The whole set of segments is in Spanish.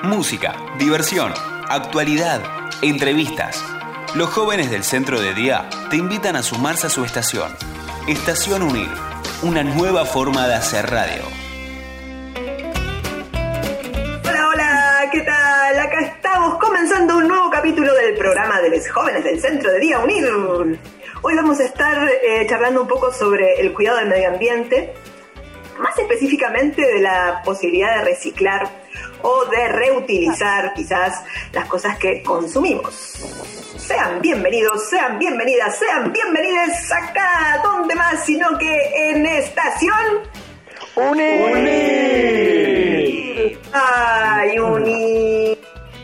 Música, diversión, actualidad, entrevistas. Los jóvenes del Centro de Día te invitan a sumarse a su estación. Estación Unir, una nueva forma de hacer radio. Hola, hola, ¿qué tal? Acá estamos comenzando un nuevo capítulo del programa de los jóvenes del Centro de Día Unir. Hoy vamos a estar charlando un poco sobre el cuidado del medio ambiente, más específicamente de la posibilidad de reciclar o de reutilizar quizás las cosas que consumimos. Sean bienvenidos, sean bienvenidas, sean bienvenides acá, ¿dónde más sino que en Estación Unir? ¡Ay, Unir!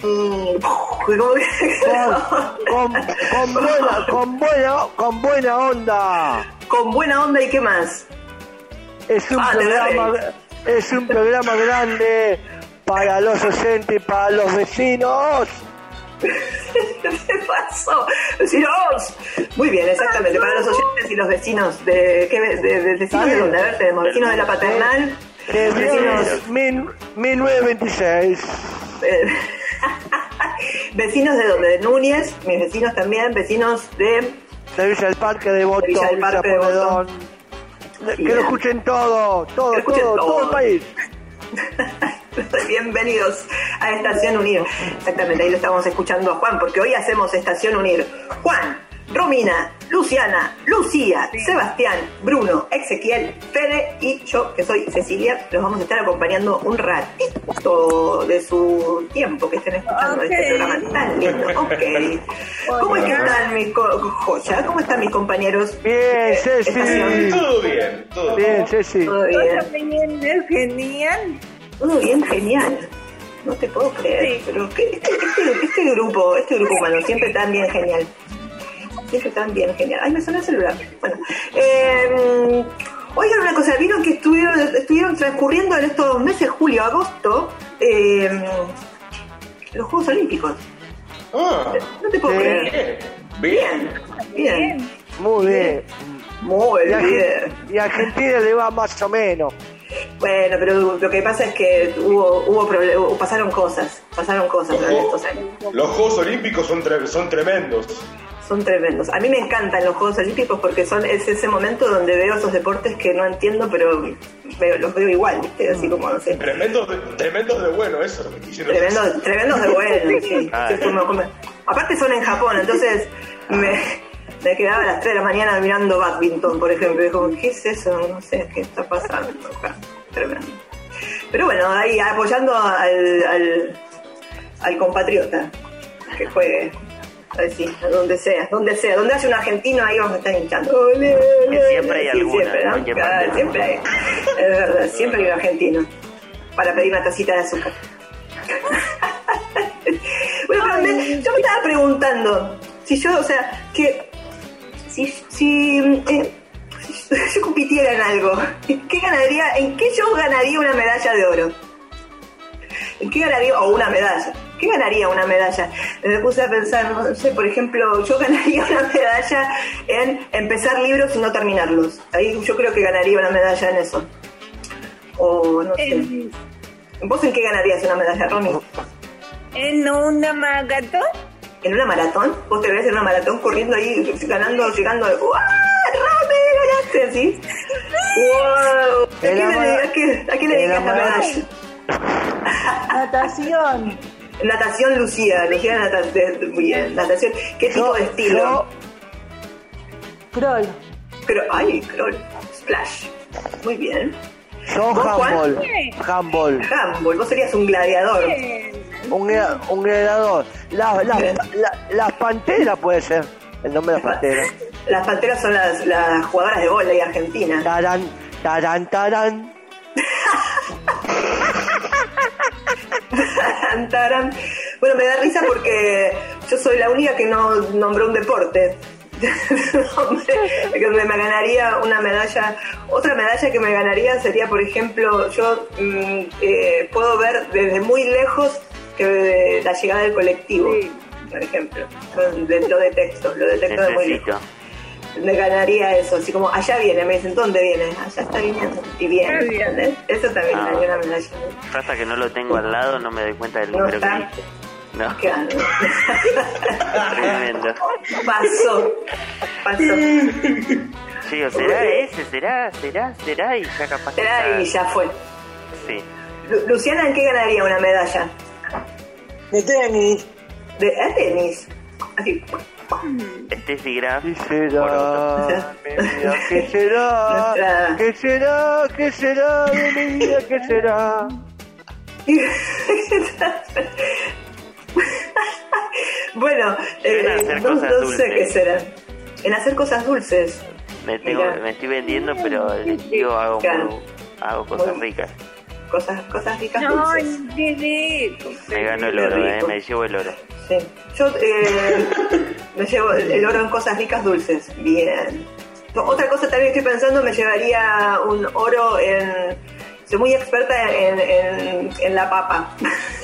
Con buena onda. Con buena onda, ¿y qué más? Es un programa grande para los oyentes y para los vecinos. ¿Qué pasó? ¡Vecinos! Muy bien, exactamente, para los oyentes y los vecinos de vecinos de dónde, a ver, tenemos vecinos de la Paternal, vecinos 1926. Vecinos de donde, de Núñez, mis vecinos también, vecinos de Villa del Parque de Botón, Villa del Parque de Botón. Que lo escuchen todo el país. Bienvenidos a Estación Unir. Exactamente, ahí lo estamos escuchando a Juan, porque hoy hacemos Estación Unir. Juan, Romina, Luciana, Lucía, Sebastián, Bruno, Ezequiel, Fede y yo, que soy Cecilia, los vamos a estar acompañando un ratito de su tiempo que estén escuchando este programa tan lindo. Okay. ¿Cómo es que están mis joya? ¿Cómo están mis compañeros? Bien, Ceci. Todo bien, todo bien, Ceci. Todo bien. Genial. Todo bien, genial. No te puedo creer, sí. Pero este grupo humano siempre tan bien genial. Siempre tan bien genial. Ay, me suena el celular. Bueno, oigan una cosa, vieron que estuvieron transcurriendo en estos meses, julio, agosto, los Juegos Olímpicos. No te puedo creer. Bien. Muy bien. Muy bien. Y a Argentina le va más o menos. Bueno, pero lo que pasa es que hubo problemas, pasaron cosas durante estos años. Los Juegos Olímpicos son tremendos. Son tremendos. A mí me encantan los Juegos Olímpicos porque es ese momento donde veo esos deportes que no entiendo, pero los veo igual, ¿viste? Así como, no sé. Tremendos de bueno, eso es lo que quisieron. Tremendos de bueno, sí. Aparte son en Japón, entonces me quedaba a las 3 de la mañana mirando badminton, por ejemplo. Y digo, ¿qué es eso? No sé qué está pasando acá. Tremendo. Pero bueno, ahí apoyando al compatriota que juegue. Sí, donde sea, donde haya un argentino, ahí vamos a estar hinchando. Que siempre hay alguna, siempre hay. Es verdad, siempre hay un argentino para pedir una tacita de azúcar. Bueno, pero yo me estaba preguntando si yo, o sea, que si yo compitiera en algo, ¿en qué yo ganaría una medalla de oro? ¿En qué ganaría? O una medalla. ¿Qué ganaría una medalla? Me puse a pensar, no sé, por ejemplo, yo ganaría una medalla en empezar libros y no terminarlos. Ahí yo creo que ganaría una medalla en eso. O no sé. ¿Vos en qué ganarías una medalla, Romy? ¿En una maratón? ¿En una maratón? ¿Vos te ves en una maratón corriendo ahí, ganando, llegando? ¡Romy, ganaste! ¿Así? ¡Wow! ¿A qué le dedicas la medalla? Natación, Lucía, muy bien, natación. ¿Qué tipo de estilo? Crawl. Crawl, splash. Muy bien. Yo handball. Vos serías un gladiador. Un gladiador. Las panteras puede ser. El nombre de las panteras. Las panteras son las jugadoras de vóley argentinas. Tarán. Bueno, me da risa porque yo soy la única que no nombró un deporte. Que me ganaría una medalla. Otra medalla que me ganaría sería, por ejemplo, yo puedo ver desde muy lejos que la llegada del colectivo, por ejemplo. Lo detecto de muy lejos. me ganaría eso, así como allá viene, me dicen, ¿dónde viene? Allá está viniendo, y viene, ¿entendés? Eso también ganaría una medalla. Hasta que no lo tengo al lado no me doy cuenta del No número que está. dice. No, Claro. tremendo. Pasó. Sí, o será ese, será y ya capaz que Será está- y ya fue. Sí. Luciana, ¿en qué ganaría una medalla? De tenis. De tenis. Así. Steffi Graf. ¿Qué será? Mi vida, ¿qué será? Nuestra- ¿Qué será? ¿Qué será de mi vida? ¿Qué será? Bueno, En hacer no cosas sé dulces. qué será. En hacer cosas dulces. Me Mirá. estoy vendiendo, pero les digo, hago Claro. cosas Muy- ricas. Cosas ricas Ay, dulces. qué rico. Me gano el Qué oro, rico. me llevo el oro. Sí. Yo me llevo el oro en cosas ricas dulces. Bien. No, otra cosa también estoy pensando, me llevaría un oro en... Soy muy experta en la papa.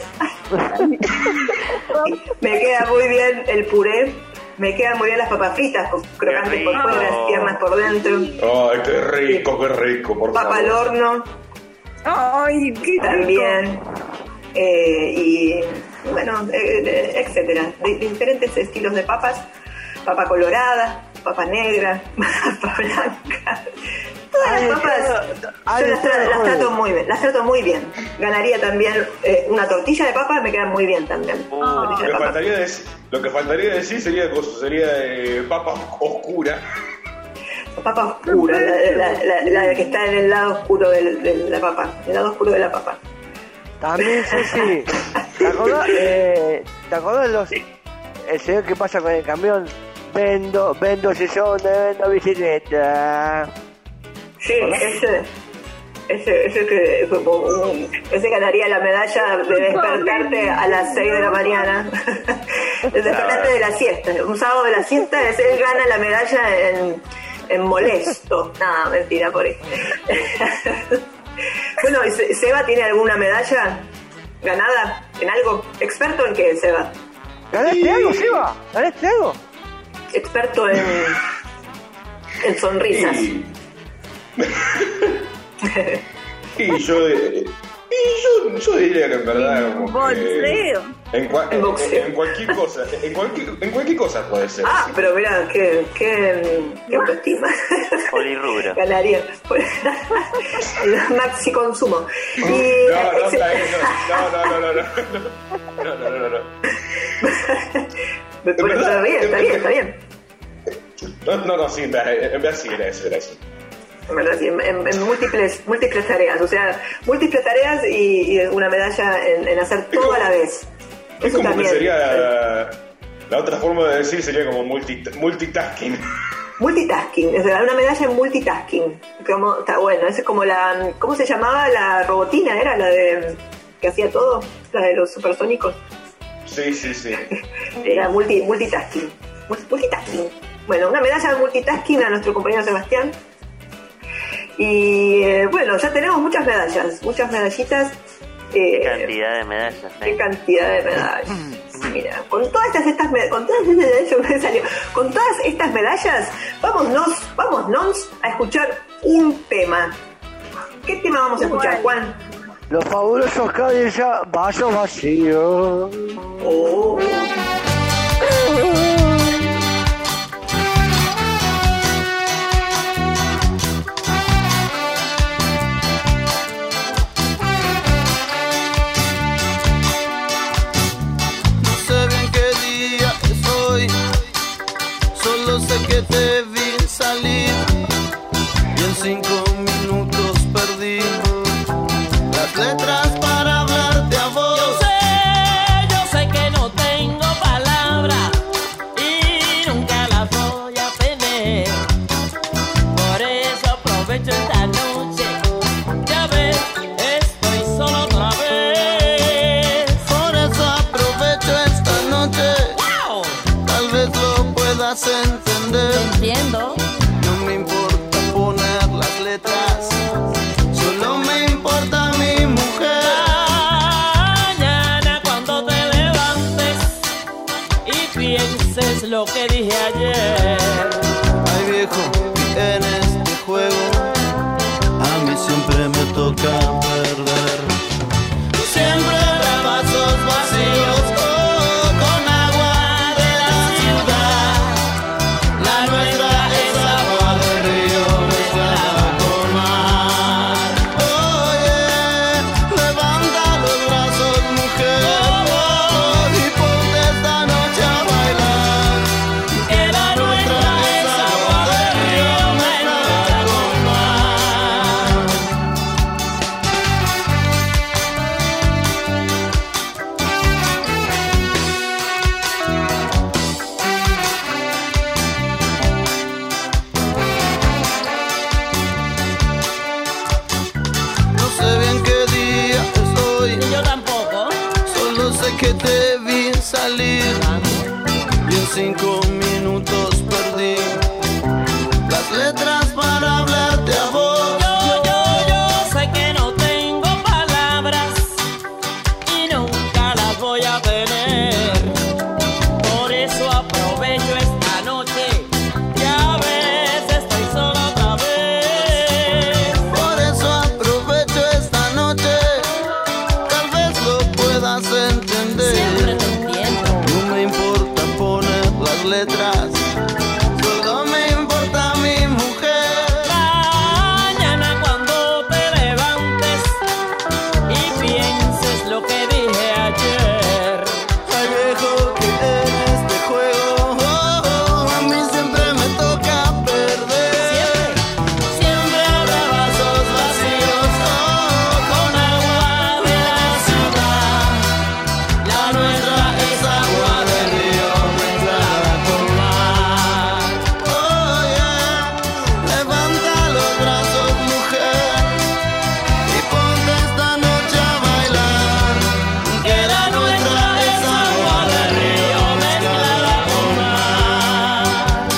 Me queda muy bien el puré. Me quedan muy bien las papas fritas, crocantes por rico. fuera, tiernas por dentro. Ay, qué rico, por Papa al favor. horno Ay, qué rico. también. Y bueno, etcétera. De diferentes estilos de papas. Papa colorada, papa negra, papa blanca. Todas Ay, las papas ay, yo las trato ay. muy bien. Las trato muy bien. Ganaría también una tortilla de papas, me queda muy bien también. Tortilla de papas. Lo que faltaría decir sería papa oscura. Papa oscura, la que está en el lado oscuro de la papa. El lado oscuro de la papa. También, sí. ¿Te acordás el señor que pasa con el camión? Vendo sillones, vendo bicicleta. Sí, ese ganaría la medalla de despertarte a las 6 de la mañana. De despertarte de la siesta. Un sábado de la siesta, él gana la medalla en molesto. Nada, mentira, por ahí. Bueno, ¿Seba tiene alguna medalla ganada en algo? ¿Experto en qué, Seba? ¿Ganaste algo, Seba? ¿Ganaste algo? Experto en sonrisas. Y yo diría que en verdad como que Boxeo. En boxeo. en cualquier cosa, en cualquier cosa puede ser. Ah, pero mira, qué autoestima. Polirrubro. Ganaría. El maxi consumo. Y, No, está bien, no. Bueno, está bien. No, sí, en verdad sí, era eso. En verdad, sí, en múltiples tareas, o sea, múltiples tareas y una medalla en hacer todo a la vez. Es Eso como también. que sería la otra forma de decir sería como multitasking. Multitasking, es verdad, una medalla en multitasking. Como, está bueno, es como la... ¿Cómo se llamaba? La robotina, ¿era? La de... que hacía todo, la de los supersónicos. Sí. Era multitasking. Multitasking. Bueno, una medalla de multitasking a nuestro compañero Sebastián. Y bueno, ya tenemos muchas medallitas. Qué cantidad de medallas, Qué cantidad de medallas. Mira, con todas estas medallas, vámonos a escuchar un tema. ¿Qué tema vamos a escuchar, Juan? Los fabulosos Cadillacs, vasos vacíos. Oh. No sé bien qué día es hoy, solo sé que te vi salir y en 5 minutos perdí las letras para hablarte a vos. Yo sé que no tengo palabras y nunca las voy a tener. Por eso aprovecho esta noche. Ya ves, estoy solo otra vez. Por eso aprovecho esta noche, ¡Wow! tal vez lo puedas entender. Entiendo. No me importa poner las letras, solo me importa mi mujer. Mañana cuando te levantes y pienses lo que dije ayer. Ahí viejo que en este juego a mí siempre me toca perder. Siempre vasos vacíos, con agua de la ciudad. La nuestra es agua de río mezclada con mar. Oye, levanta los brazos, mujer, y ponte esta noche a bailar. Que la nuestra es agua de río mezclada con mar. No sé bien qué día es hoy, Yo tampoco. solo sé que te vi salir y en 5 minutos perdí las letras para hablarte a vos. Yo sé que no tengo palabras y nunca las voy a tener. Por eso aprovecho esta noche y a veces estoy solo otra vez. Por eso aprovecho esta noche, tal vez lo puedas entender. Siempre te entiendo. No me importa poner las letras, solo me importa mi mujer. Mañana cuando te levantes y pienses lo que dije ayer. Ay, viejo, que en este juego a mí siempre me toca perder. Siempre habrá vasos vacíos Con agua de la ciudad, la nuestra es agua de río mezclada con mar. Oye, levanta los brazos, mujer, y ponte esta noche a bailar. Que la nuestra es agua de río mezclada con mar.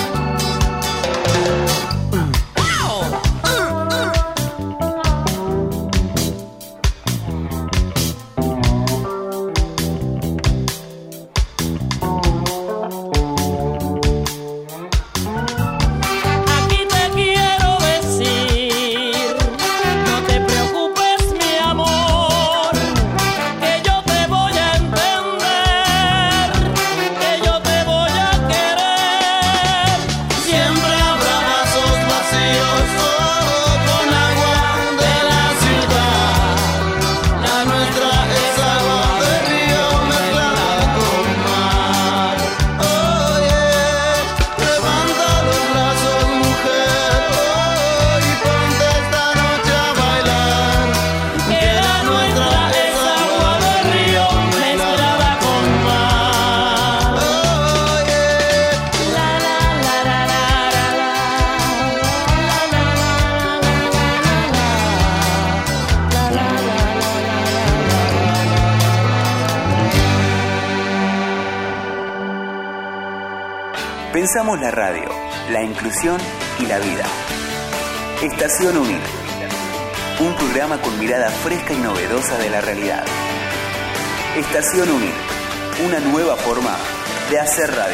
Aquí te quiero decir, no te preocupes mi amor, que yo te voy a entender, que yo te voy a querer. Siempre habrá vasos vacíos con agua de la ciudad. La nuestra es agua de río mezclada con mar. Oye, levanta los brazos, mujer, y ponte esta noche a bailar. Que la nuestra es agua de río mezclada con mar. Oye, La la la la la la la, Pensamos la radio, la inclusión y la vida. Estación UNIR. Un programa con mirada fresca y novedosa de la realidad. Estación UNIR. Una nueva forma de hacer radio.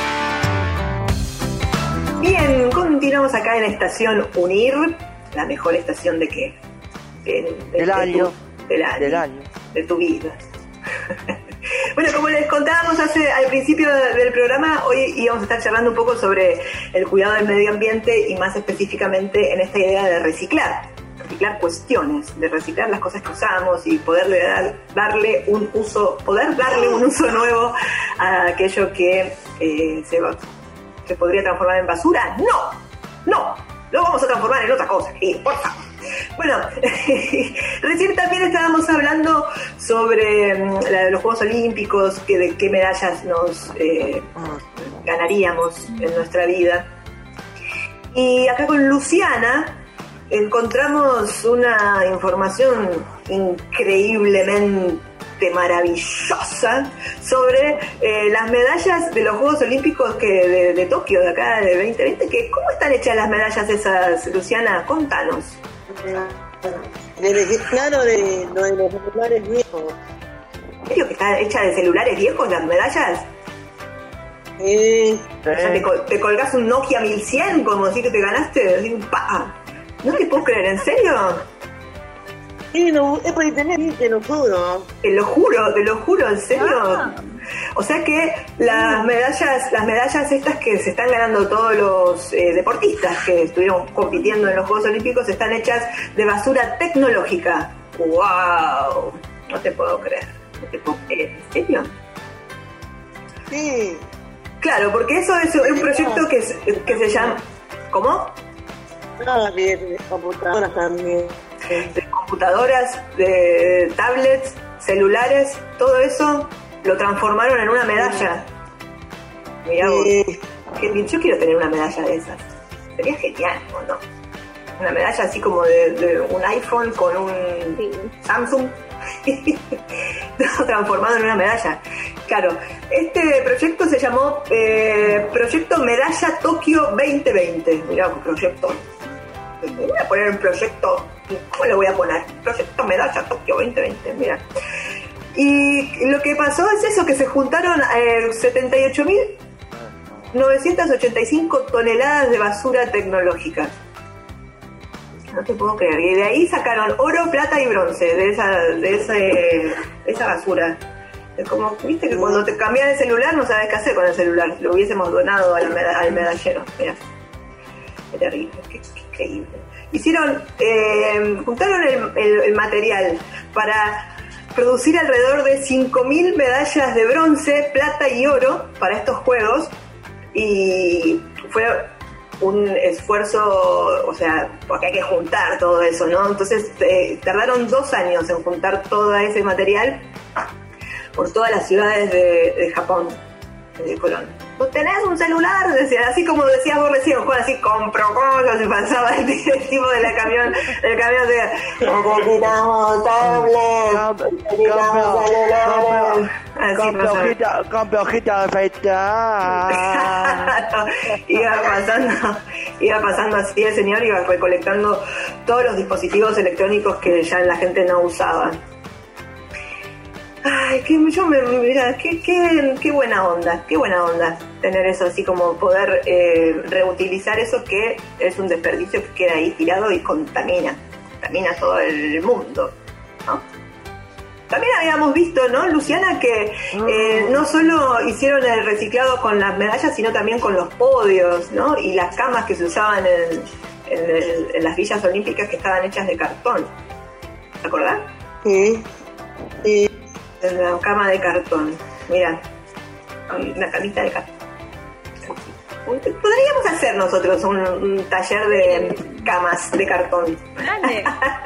Bien, continuamos acá en Estación UNIR, la mejor estación de qué? Del año. Del año. Del año. De tu vida. Bueno, como les contábamos al principio del programa, hoy íbamos a estar charlando un poco sobre el cuidado del medio ambiente y más específicamente en esta idea de reciclar cuestiones, de reciclar las cosas que usamos y poder darle un uso nuevo a aquello que se podría transformar en basura. No, lo vamos a transformar en otra cosa, por favor. Bueno, recién también estábamos hablando sobre los Juegos Olímpicos, de qué medallas nos ganaríamos en nuestra vida. Y acá con Luciana encontramos una información increíblemente maravillosa sobre las medallas de los Juegos Olímpicos de Tokio, de acá de 2020. ¿Cómo están hechas las medallas esas, Luciana? Contanos. Claro, de los celulares viejos. ¿En serio que está hecha de celulares viejos las medallas? O sea, te colgás un Nokia 1100 como si que te ganaste, así, ¡pa! No te puedo creer, ¿en serio? Sí, no, es por internet, te lo juro. Te lo juro, ¿en serio? O sea que las medallas estas que se están ganando todos los deportistas que estuvieron compitiendo en los Juegos Olímpicos están hechas de basura tecnológica. ¡Wow! No te puedo creer. ¿En serio? Sí. Claro, porque eso es un proyecto que se llama... ¿Cómo? No, de computadoras también. De computadoras, de tablets, celulares, todo eso lo transformaron en una medalla. Mirá vos. Yo quiero tener una medalla de esas. Sería genial, ¿o no? Una medalla así como de un iPhone con un Samsung. Transformado en una medalla. Claro, este proyecto se llamó Proyecto Medalla Tokio 2020. Mirá, proyecto. Voy a poner un proyecto. ¿Cómo le voy a poner? Proyecto Medalla Tokio 2020. Mira. Y lo que pasó es eso, que se juntaron 78.985 toneladas de basura tecnológica. No te puedo creer. Y de ahí sacaron oro, plata y bronce de esa basura. Es como, viste que cuando te cambias de celular no sabes qué hacer con el celular. Lo hubiésemos donado al medallero. Mirá. Qué terrible, qué increíble. Juntaron el material para producir alrededor de 5.000 medallas de bronce, plata y oro para estos juegos, y fue un esfuerzo, o sea, porque hay que juntar todo eso, ¿no? Entonces tardaron 2 años en juntar todo ese material por todas las ciudades de Japón, de Colón. ¿Vos tenés un celular? Decía, así como decías vos recién, Juan, así compro cosas, y pasaba el tipo del camión decía, necesitamos tablets, necesitamos celulares. Compro hojita de afeitar. Iba pasando así el señor, iba recolectando todos los dispositivos electrónicos que ya la gente no usaba. Ay, mira, qué buena onda tener eso, así como poder reutilizar eso que es un desperdicio que queda ahí tirado y contamina todo el mundo, ¿no? También habíamos visto, ¿no, Luciana, que no solo hicieron el reciclado con las medallas, sino también con los podios, ¿no? Y las camas que se usaban en las villas olímpicas, que estaban hechas de cartón. ¿Te acordás? Sí. La cama de cartón. Mira, una camita de cartón. Podríamos hacer nosotros un taller de camas de cartón. Dale.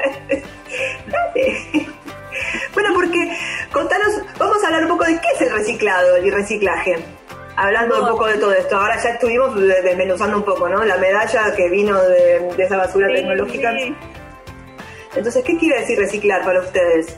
Bueno, porque contanos, vamos a hablar un poco de qué es el reciclado y reciclaje. Hablando un poco de todo esto. Ahora ya estuvimos desmenuzando un poco, ¿no? La medalla que vino de esa basura tecnológica. Sí. Entonces, ¿qué quiere decir reciclar para ustedes?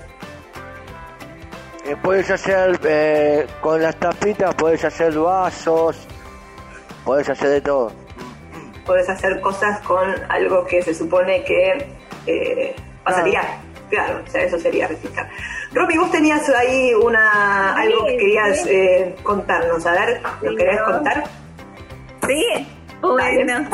Puedes hacer con las tapitas, puedes hacer vasos, puedes hacer de todo. Puedes hacer cosas con algo que se supone que vas a tirar. Claro, o sea, eso sería reciclar. Romy, vos tenías ahí algo que querías contarnos. A ver, ¿nos querés contar? Sí, bueno.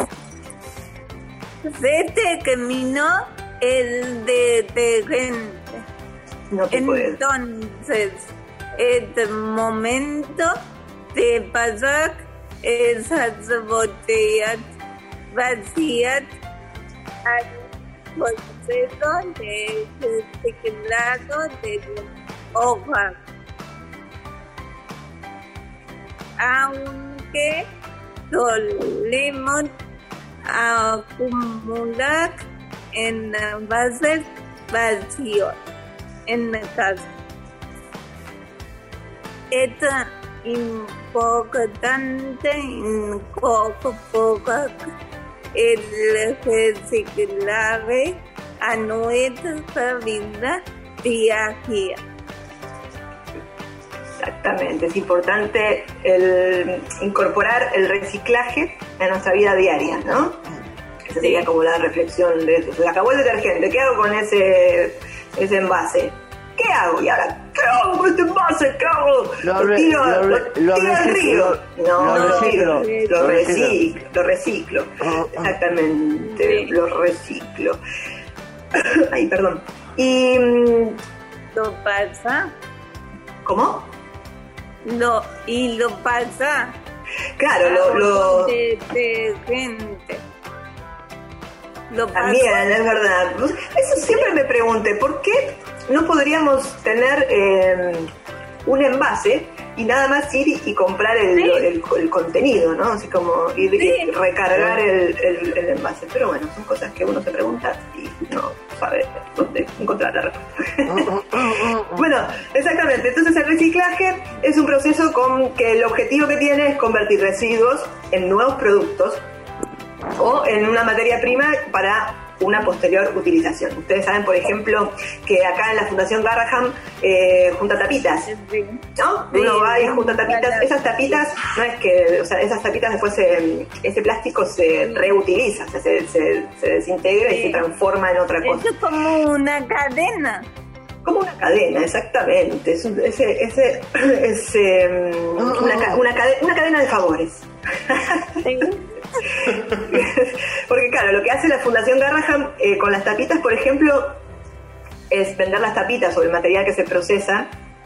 Este camino es de gente. No te puedes. Entonces, el momento de pasar esas botellas vacías al proceso de reciclado de hojas. Aunque solemos acumular envases vacíos en la casa. Es importante incorporar el reciclaje a nuestra vida diaria. Exactamente, es importante incorporar el reciclaje a nuestra vida diaria, ¿no? Esa sería como la reflexión de eso. Se acabó el detergente, ¿qué hago con ese envase? ¿Qué hago? Y ahora, ¿qué hago con este envase? ¿Qué hago? Lo tiro al río. No, lo lo reciclo. Exactamente, lo reciclo. Ay, perdón. Y... ¿Lo pasa? ¿Cómo? No, y lo pasa. Claro, lo... De gente. Lo También, pasa. es verdad. Eso siempre me pregunté, ¿por qué no podríamos tener un envase y nada más ir y comprar el contenido, ¿no? Así como ir y recargar el envase. Pero bueno, son cosas que uno se pregunta y no sabe dónde encontrar la respuesta. Bueno, exactamente. Entonces el reciclaje es un proceso con que el objetivo que tiene es convertir residuos en nuevos productos o en una materia prima para una posterior utilización. Ustedes saben, por ejemplo, que acá en la Fundación Garrahan junta tapitas, ¿no? Uno va y junta tapitas. Esas tapitas, no es que, o sea, esas tapitas después ese plástico se reutiliza, o sea, se desintegra y se transforma en otra cosa. Eso es como una cadena. Como una cadena, exactamente. Es una cadena de favores. Porque claro, lo que hace la Fundación Garrahan con las tapitas, por ejemplo, es vender las tapitas o el material que se procesa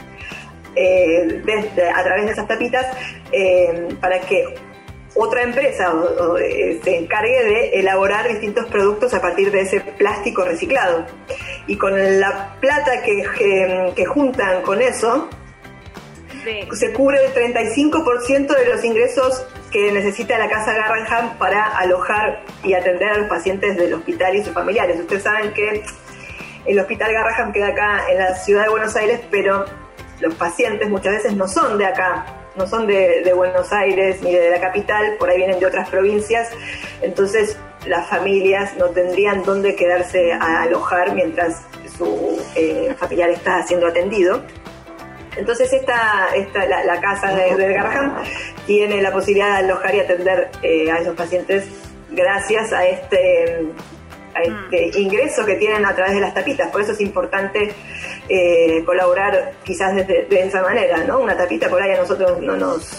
a través de esas tapitas para que otra empresa se encargue de elaborar distintos productos a partir de ese plástico reciclado. Y con la plata que juntan con eso, se cubre el 35% de los ingresos que necesita la Casa Garrahan para alojar y atender a los pacientes del hospital y sus familiares. Ustedes saben que el Hospital Garrahan queda acá en la ciudad de Buenos Aires, pero los pacientes muchas veces no son de acá, no son de Buenos Aires ni de la capital, por ahí vienen de otras provincias, entonces las familias no tendrían dónde quedarse a alojar mientras su familiar está siendo atendido. Entonces la casa de Garrahan tiene la posibilidad de alojar y atender a esos pacientes gracias a este ingreso que tienen a través de las tapitas. Por eso es importante colaborar quizás de esa manera, ¿no? Una tapita por ahí a nosotros no nos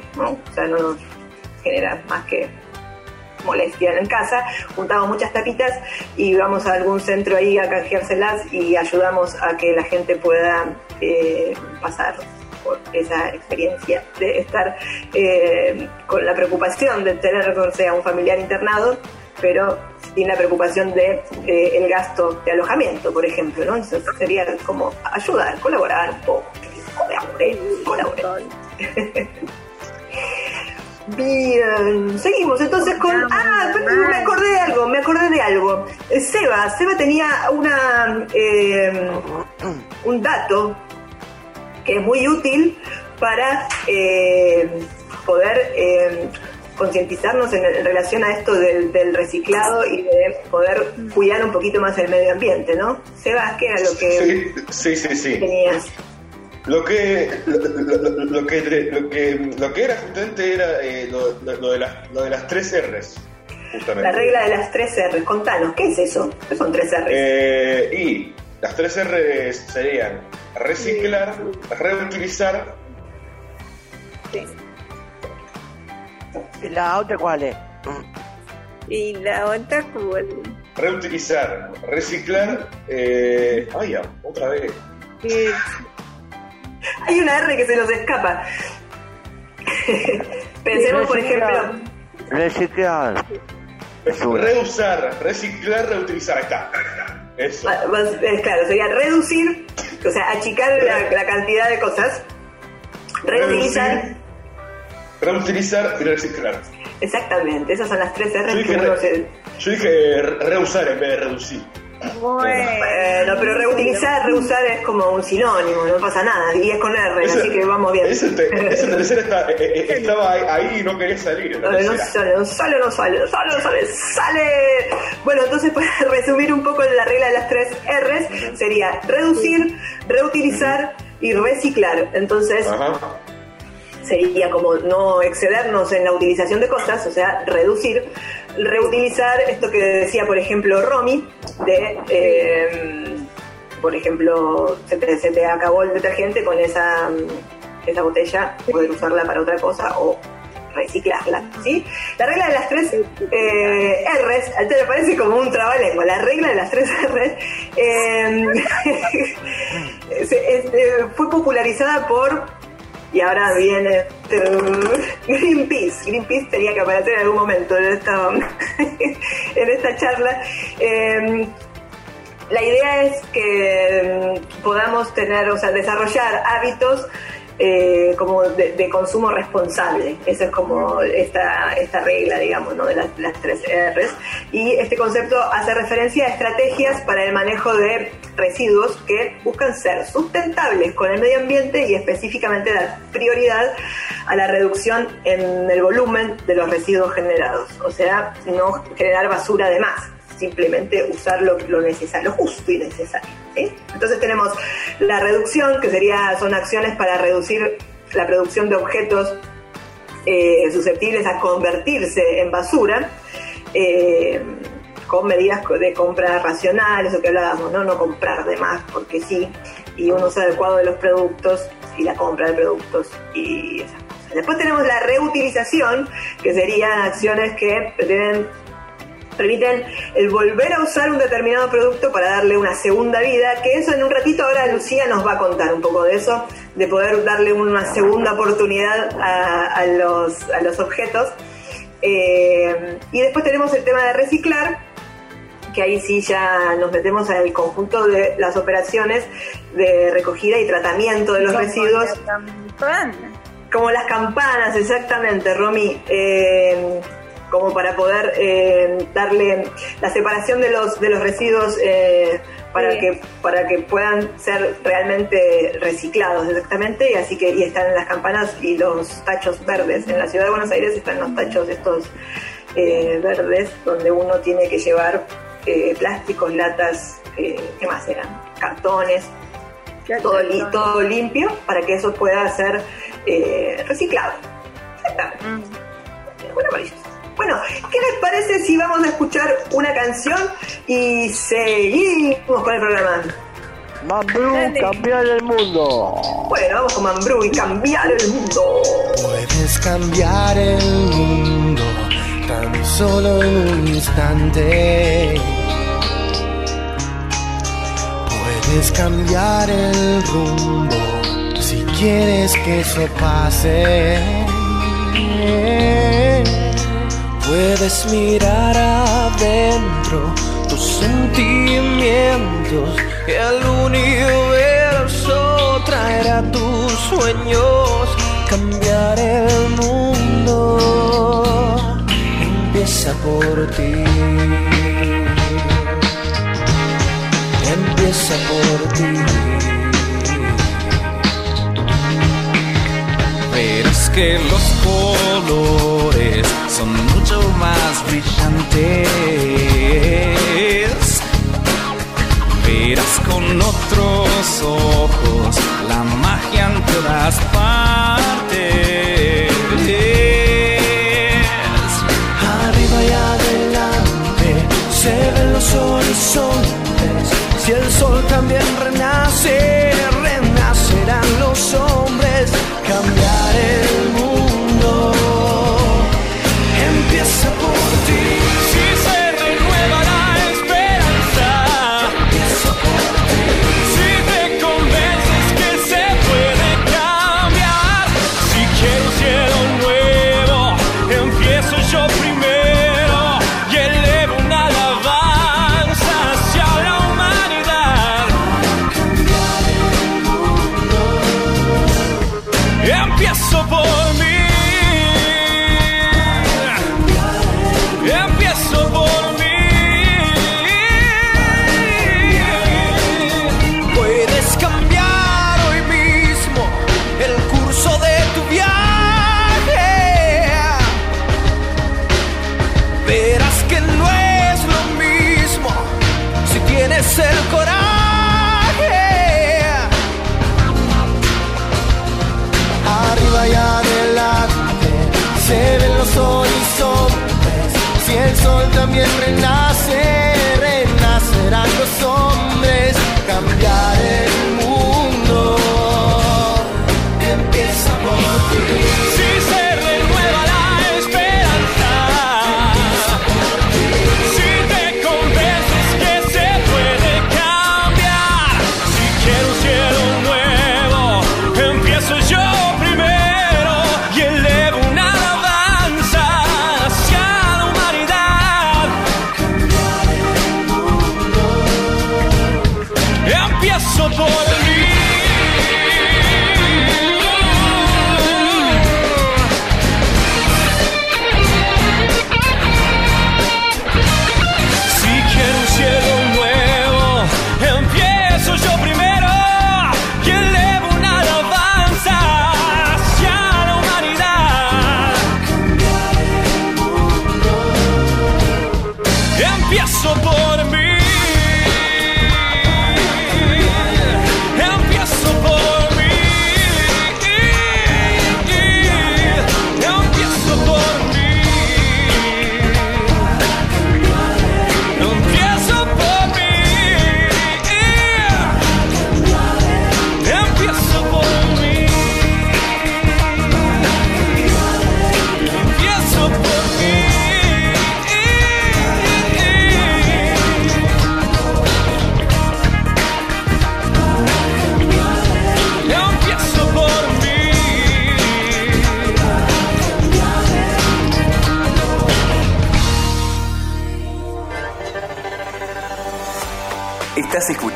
genera más que molestia en casa. Juntamos muchas tapitas y vamos a algún centro ahí a canjeárselas y ayudamos a que la gente pueda pasar por esa experiencia de estar con la preocupación de tener, o sea, un familiar internado, pero sin la preocupación de el gasto de alojamiento, por ejemplo, ¿no? Eso sería como ayudar, colaborar un poco. Colaborar. Bien, seguimos entonces con... me acordé de algo. Seba tenía un dato que es muy útil para poder concientizarnos en relación a esto del reciclado y de poder cuidar un poquito más el medio ambiente, ¿no? Seba, ¿qué era lo que tenías? Lo que era justamente era lo de las 3 R's, justamente. La regla de las 3 R's. Contanos, ¿qué es eso? ¿Qué son 3 R's? Y las 3 R's serían reciclar, reutilizar. Sí. ¿Y la otra cuál es? Y la otra cuál. Reutilizar, reciclar. Otra vez. Hay una R que se nos escapa. Pensemos, por ejemplo... Reciclar. Reusar, reciclar, reutilizar. Ahí está. Eso. Claro, sería reducir, o sea, achicar la cantidad de cosas. Reutilizar. Reutilizar y reciclar. Exactamente, esas son las 3 R yo dije reusar en vez de reducir. Bueno, pero reusar es como un sinónimo, no pasa nada, y es con R, así que vamos bien. Esa tercera estaba ahí y no quería salir. No sale. Bueno, entonces para resumir un poco la regla de las 3 R's, sería reducir, reutilizar y reciclar. Entonces... sería como no excedernos en la utilización de cosas, o sea, reducir, reutilizar esto que decía, por ejemplo, Romy, por ejemplo, se te acabó el detergente con esa esa botella, poder usarla para otra cosa o reciclarla, ¿sí? La regla de las 3 R's, a ti me parece como un trabalengua, la regla de las 3 R's fue popularizada por, y ahora viene Greenpeace. Greenpeace tenía que aparecer en algún momento en esta charla. La idea es que podamos tener, o sea, desarrollar hábitos como de consumo responsable. Esa es como esta regla, digamos, ¿no? De las 3 R's. Y este concepto hace referencia a estrategias para el manejo de residuos que buscan ser sustentables con el medio ambiente y específicamente dar prioridad a la reducción en el volumen de los residuos generados. O sea, no generar basura de más, simplemente usar lo necesario, lo justo y necesario, ¿sí? Entonces tenemos la reducción, que son acciones para reducir la producción de objetos susceptibles a convertirse en basura, con medidas de compra racional, eso que hablábamos, ¿no? No comprar de más porque sí, y un uso adecuado de los productos y la compra de productos y esas cosas. Después tenemos la reutilización, que serían acciones que permiten el volver a usar un determinado producto para darle una segunda vida, que eso en un ratito ahora Lucía nos va a contar un poco de eso, de poder darle una segunda oportunidad a los objetos. Y después tenemos el tema de reciclar, que ahí sí ya nos metemos al conjunto de las operaciones de recogida y tratamiento de los residuos. Como las campanas, exactamente, Romy. Como para poder darle la separación de los residuos para que puedan ser realmente reciclados exactamente, y están en las campanas y los tachos verdes. En la ciudad de Buenos Aires están los tachos estos verdes, donde uno tiene que llevar plásticos, latas, ¿qué más eran? Cartones, todo limpio para que eso pueda ser reciclado. Exactamente. Bueno, maravilloso. Bueno, ¿qué les parece si vamos a escuchar una canción y seguimos con el programa? Mambrú, cambiar el mundo. Bueno, vamos con Mambrú y cambiar el mundo. Puedes cambiar el mundo tan solo en un instante. Puedes cambiar el rumbo si quieres que eso pase. Puedes mirar adentro tus sentimientos, el universo traerá tus sueños. Cambiar el mundo empieza por ti. Empieza por ti. Verás que los colores son mucho más brillantes. Verás con otros ojos la magia en todas partes. Arriba y adelante se ven los horizontes. Si el sol también renace, renacerán los hombres. Cambiar el mundo empieza por ti. Si se renueva la esperanza, empieza por ti. Si te convences que se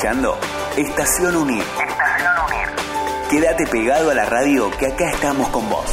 escuchando Estación Unir. Estación Unir. Quédate pegado a la radio que acá estamos con vos.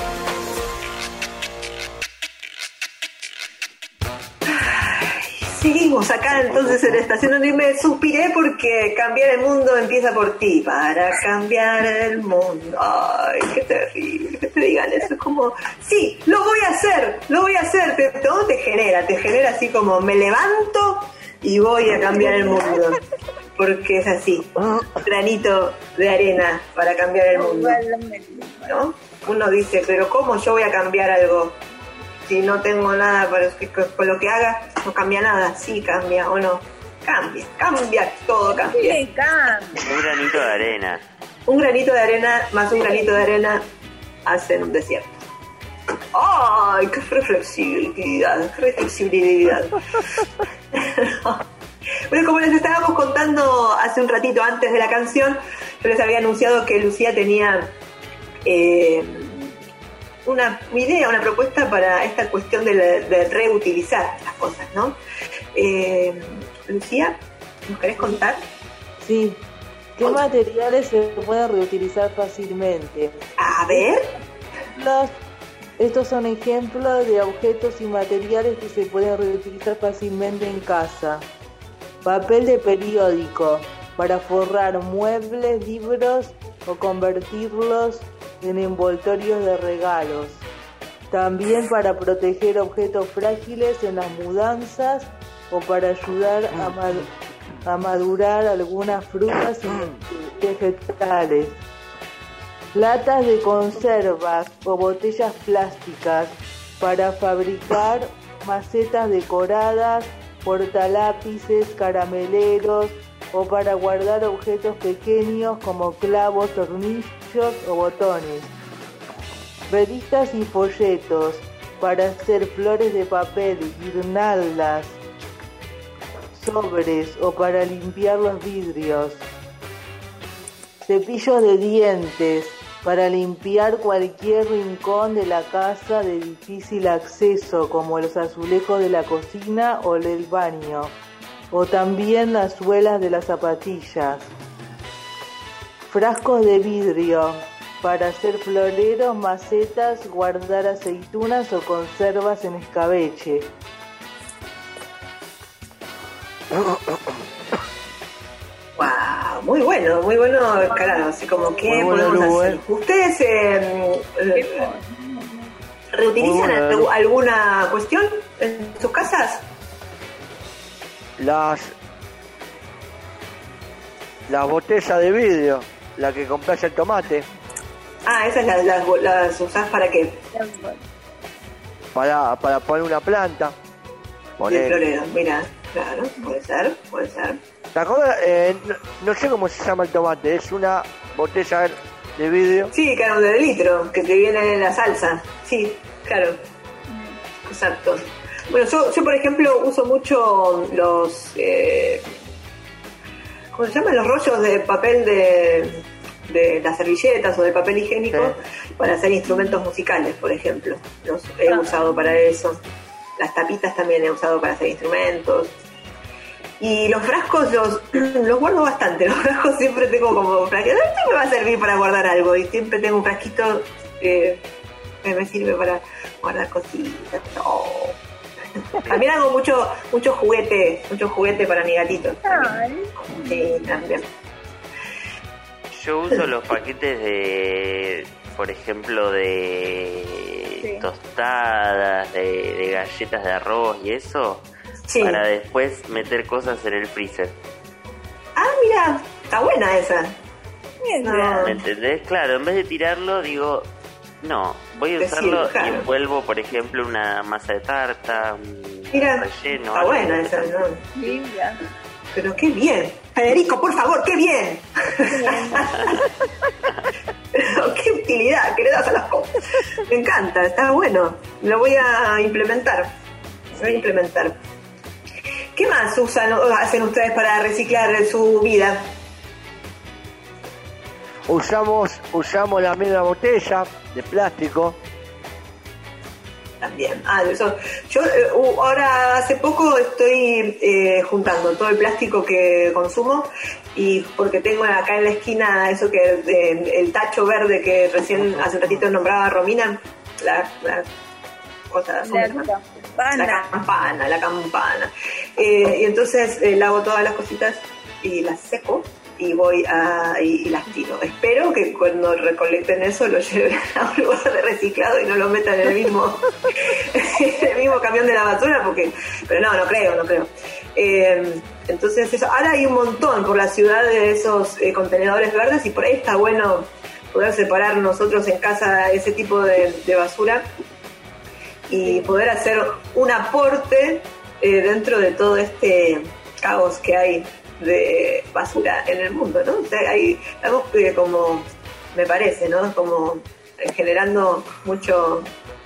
Seguimos acá entonces en Estación Unir. Me suspiré porque cambiar el mundo empieza por ti. Para cambiar el mundo. Ay, qué terrible que te digan eso. Es como, sí, lo voy a hacer. Todo te genera así como, me levanto y voy a cambiar el mundo. Porque es así, un granito de arena para cambiar el mundo, ¿no? Uno dice, pero ¿cómo yo voy a cambiar algo? Si no tengo nada para con lo que haga, no cambia nada. Sí, cambia o no. Cambia, todo cambia. Un granito de arena. Un granito de arena más un granito de arena hacen un desierto. ¡Ay, qué flexibilidad! Bueno, como les estábamos contando hace un ratito antes de la canción, yo les había anunciado que Lucía tenía una idea, una propuesta para esta cuestión de reutilizar las cosas, ¿no? Lucía, ¿nos querés contar? Sí. ¿Qué materiales se pueden reutilizar fácilmente? A ver. Estos son ejemplos de objetos y materiales que se pueden reutilizar fácilmente en casa. Papel de periódico, para forrar muebles, libros o convertirlos en envoltorios de regalos. También para proteger objetos frágiles en las mudanzas o para ayudar a madurar algunas frutas y vegetales. Latas de conservas o botellas plásticas para fabricar macetas decoradas, portalápices, carameleros o para guardar objetos pequeños como clavos, tornillos o botones. Revistas y folletos para hacer flores de papel, guirnaldas, sobres o para limpiar los vidrios. Cepillos de dientes para limpiar cualquier rincón de la casa de difícil acceso, como los azulejos de la cocina o del baño, o también las suelas de las zapatillas. Frascos de vidrio para hacer floreros, macetas, guardar aceitunas o conservas en escabeche. Wow, muy bueno, claro, así como que podemos hacer. ¿Ustedes reutilizan alguna cuestión en sus casas? Las botellas de vidrio, la que compras el tomate. Ah, esas las usás ¿para qué? Para poner una planta. De florero, mira, claro, puede ser. ¿Te acuerdas? No sé cómo se llama el tomate, es una botella de vidrio. Sí, claro, de litro, que te viene en la salsa. Sí, claro. Exacto. Bueno, yo por ejemplo uso mucho los ¿cómo se llaman? Los rollos de papel de las servilletas o de papel higiénico, sí, para hacer instrumentos musicales, por ejemplo. Los he usado para eso. Las tapitas también he usado para hacer instrumentos. Y los frascos los guardo bastante. Los frascos siempre tengo como frasquitos. Esto me va a servir para guardar algo. Y siempre tengo un frasquito que me sirve para guardar cositas. Oh. También hago mucho juguete para mi gatito. Sí, también. Yo uso los paquetes de, por ejemplo, de tostadas, de galletas de arroz y eso, sí, para después meter cosas en el freezer. Ah, mira, está buena esa. No. ¿Me entendés? Claro, en vez de tirarlo, digo, no, voy a usarlo y envuelvo, por ejemplo, una masa de tarta, un relleno. Está buena esa, ¿no? Linda. Pero qué bien. Federico, por favor, qué bien. Qué utilidad que le das a las cosas. Me encanta, está bueno. Lo voy a implementar. ¿Qué más hacen ustedes para reciclar su vida? Usamos la misma botella de plástico. También. Eso. Yo ahora hace poco estoy juntando todo el plástico que consumo y porque tengo acá en la esquina eso que el tacho verde que recién hace un ratito nombraba Romina, la cosa, la campana. Y entonces lavo todas las cositas y las seco y voy y las tiro. Espero que cuando recolecten eso lo lleven a un lugar de reciclado y no lo metan en el mismo camión de la basura, pero no creo. Entonces eso, ahora hay un montón por la ciudad de esos contenedores verdes y por ahí está bueno poder separar nosotros en casa ese tipo de basura y poder hacer un aporte dentro de todo este caos que hay de basura en el mundo, ¿no? O sea, estamos como, me parece, ¿no? Como generando mucha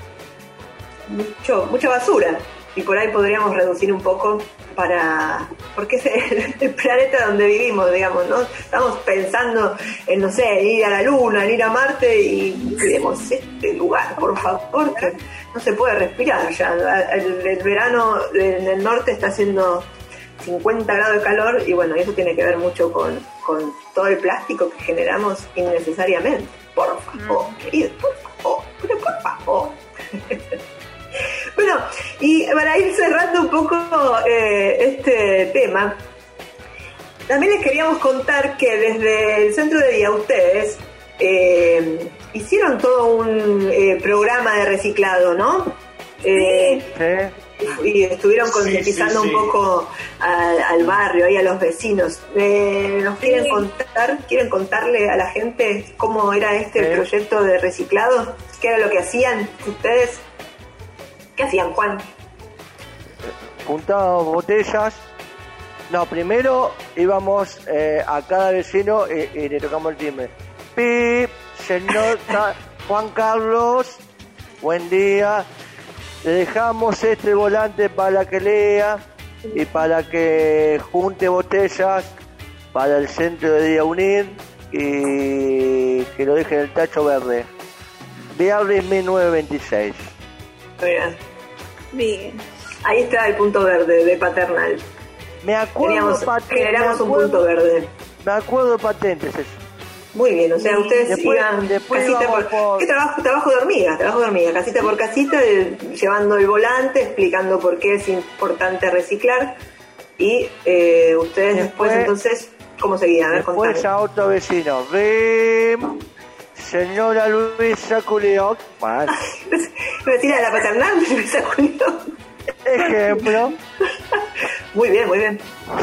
basura y por ahí podríamos reducir un poco porque es el planeta donde vivimos, digamos, ¿no? Estamos pensando en, no sé, en ir a la Luna, en ir a Marte y queremos este lugar, por favor, que no se puede respirar ya. El verano en el norte está haciendo 50 grados de calor y bueno, eso tiene que ver mucho con todo el plástico que generamos innecesariamente. Por favor, querido, por favor. Bueno, y para ir cerrando un poco este tema, también les queríamos contar que desde el Centro de Día ustedes hicieron todo un programa de reciclado, ¿no? Sí. Y estuvieron concientizando un poco al barrio y a los vecinos. ¿Nos quieren contarle a la gente cómo era este proyecto de reciclado? ¿Qué era lo que hacían ustedes? ¿Qué hacían, Juan? Juntábamos botellas. No, primero íbamos a cada vecino y le tocamos el timbre. ¡Pip! Señor Juan Carlos, buen día. Le dejamos este volante para que lea y para que junte botellas para el Centro de Día Unir y que lo deje en el tacho verde. Viernes 1926. Bien. Ahí está el punto verde de Paternal. Me acuerdo generamos un punto verde. Me acuerdo patentes eso. Muy bien, o sea, ustedes iban casita por... ¿Qué trabajo de hormiga, casita por casita, llevando el volante, explicando por qué es importante reciclar y ustedes después entonces, ¿cómo seguían? A ver, después contame. a otro vecino. Señora Luisa Culió. Vecina de la Paternal, Luisa Culió. Ejemplo. Muy bien.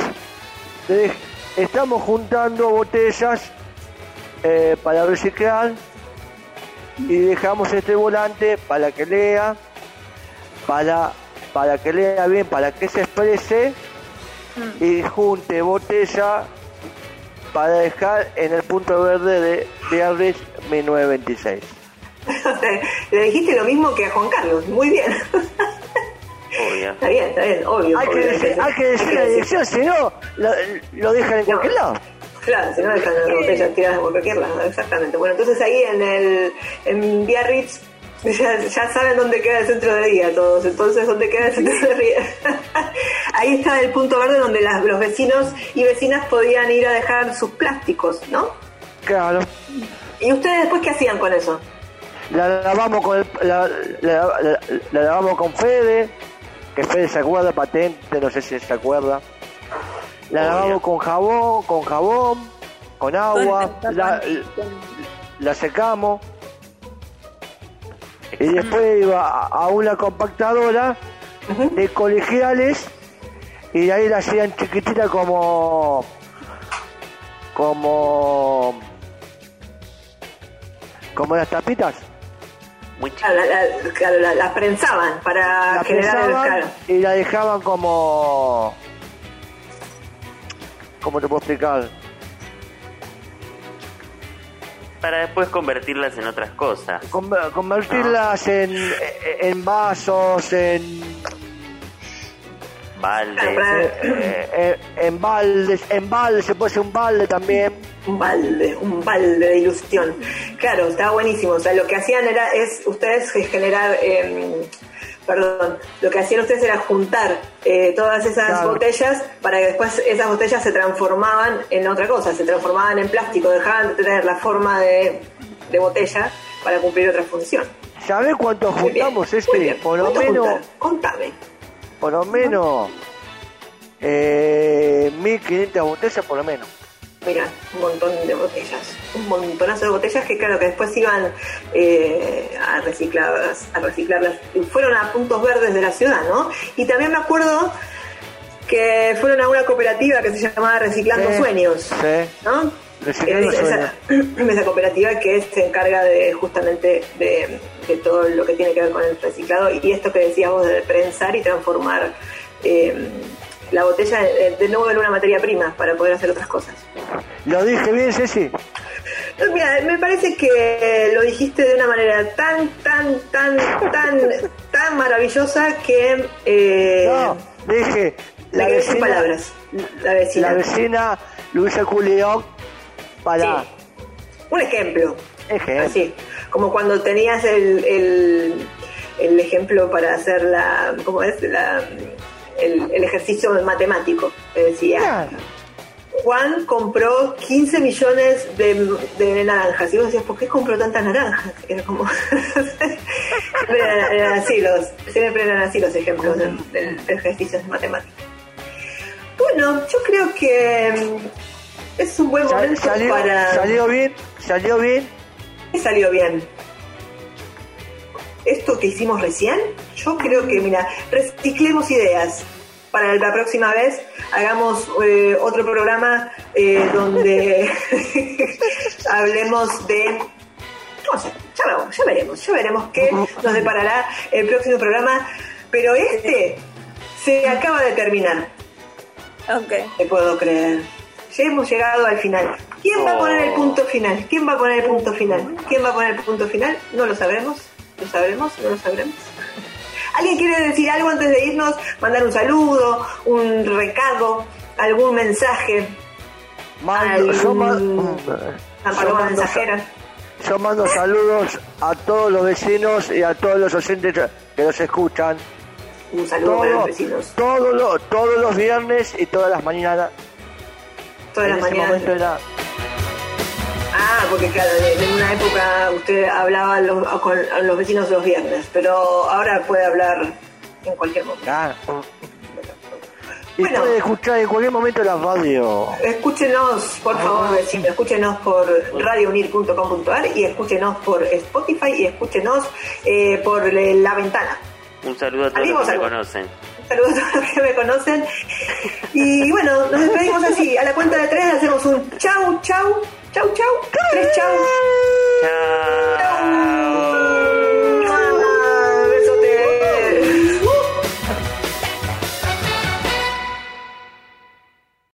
Estamos juntando botellas para reciclar y dejamos este volante para que lea, para que lea bien, para que se exprese y junte botella para dejar en el punto verde de Viernes 1926. Le dijiste lo mismo que a Juan Carlos, muy bien. Obvio. Está bien, obvio. Hay que decir la dirección, si no, lo dejan en cualquier lado. Claro, si no dejan las botellas tiradas por cualquier lado, exactamente. Bueno, entonces ahí en Biarritz ya saben dónde queda el Centro de Día todos, entonces dónde queda el Centro de Día. Ahí está el punto verde donde los vecinos y vecinas podían ir a dejar sus plásticos, ¿no? Claro. ¿Y ustedes después qué hacían con eso? La lavamos la lavamos con Fede, que Fede se acuerda, patente, no sé si se acuerda. La lavamos con jabón, con agua, la secamos y después iba a una compactadora de colegiales y de ahí la hacían chiquitita como las tapitas. La prensaban para generar el calor. Y la dejaban como... ¿Cómo te puedo explicar? Para después convertirlas en otras cosas. Convertirlas en vasos, en baldes. En baldes, se puede hacer un balde también. Un balde de ilusión. Claro, está buenísimo. O sea, lo que hacían es ustedes generar lo que hacían ustedes era juntar todas esas botellas para que después esas botellas se transformaban en otra cosa, se transformaban en plástico, dejaban de tener la forma de botella para cumplir otra función. ¿Sabés cuánto juntamos, Por lo menos... Contame. Por lo menos 1.500 botellas por lo menos. Mira, un montón de botellas, un montonazo de botellas que claro que después iban a reciclarlas, fueron a puntos verdes de la ciudad, ¿no? Y también me acuerdo que fueron a una cooperativa que se llamaba Reciclando Sueños, ¿no? Reciclando Sueños. Esa cooperativa que se encarga de justamente de todo lo que tiene que ver con el reciclado y esto que decías vos de prensar y transformar la botella de nuevo en una materia prima para poder hacer otras cosas. ¿Lo dije bien, Ceci? Mira, me parece que lo dijiste de una manera tan maravillosa que... no, dije... La vecina, palabras. La vecina Luisa Culeón para... Sí. Un ejemplo. Ejemplo. Así, como cuando tenías el ejemplo para hacer ¿cómo es? El ejercicio matemático. Te decía, claro. Juan compró 15 millones de naranjas. Y vos decías, ¿por qué compró tantas naranjas? Era como... siempre eran así los ejemplos del ejercicio matemático. Bueno, yo creo que es un buen momento para... ¿Salió bien? ¿Qué salió bien? Esto que hicimos recién, yo creo que, mira, reciclemos ideas. Para la próxima vez hagamos otro programa donde hablemos de... No sé, ya veremos qué nos deparará el próximo programa. Pero se acaba de terminar. Ok. Te puedo creer. Ya hemos llegado al final. ¿Quién va a poner el punto final? No lo sabremos. ¿Lo sabremos? ¿No lo sabremos? ¿Alguien quiere decir algo antes de irnos? ¿Mandar un saludo? ¿Un recado? ¿Algún mensaje? Yo mando saludos a todos los vecinos y a todos los oyentes que nos escuchan. Un saludo para los vecinos. Todos los viernes y todas las mañanas. Todas las mañanas. Porque claro, en una época usted hablaba con los vecinos los viernes, pero ahora puede hablar en cualquier momento. Y puede escuchar en cualquier momento la radio. Escúchenos, por favor, vecinos, escúchenos por radiounir.com.ar y escúchenos por Spotify y escúchenos por La Ventana. Un saludo a todos los que me conocen. Saludos a todos los que me conocen. Y bueno, nos despedimos así. A la cuenta de 3 hacemos un chau. 3 chau.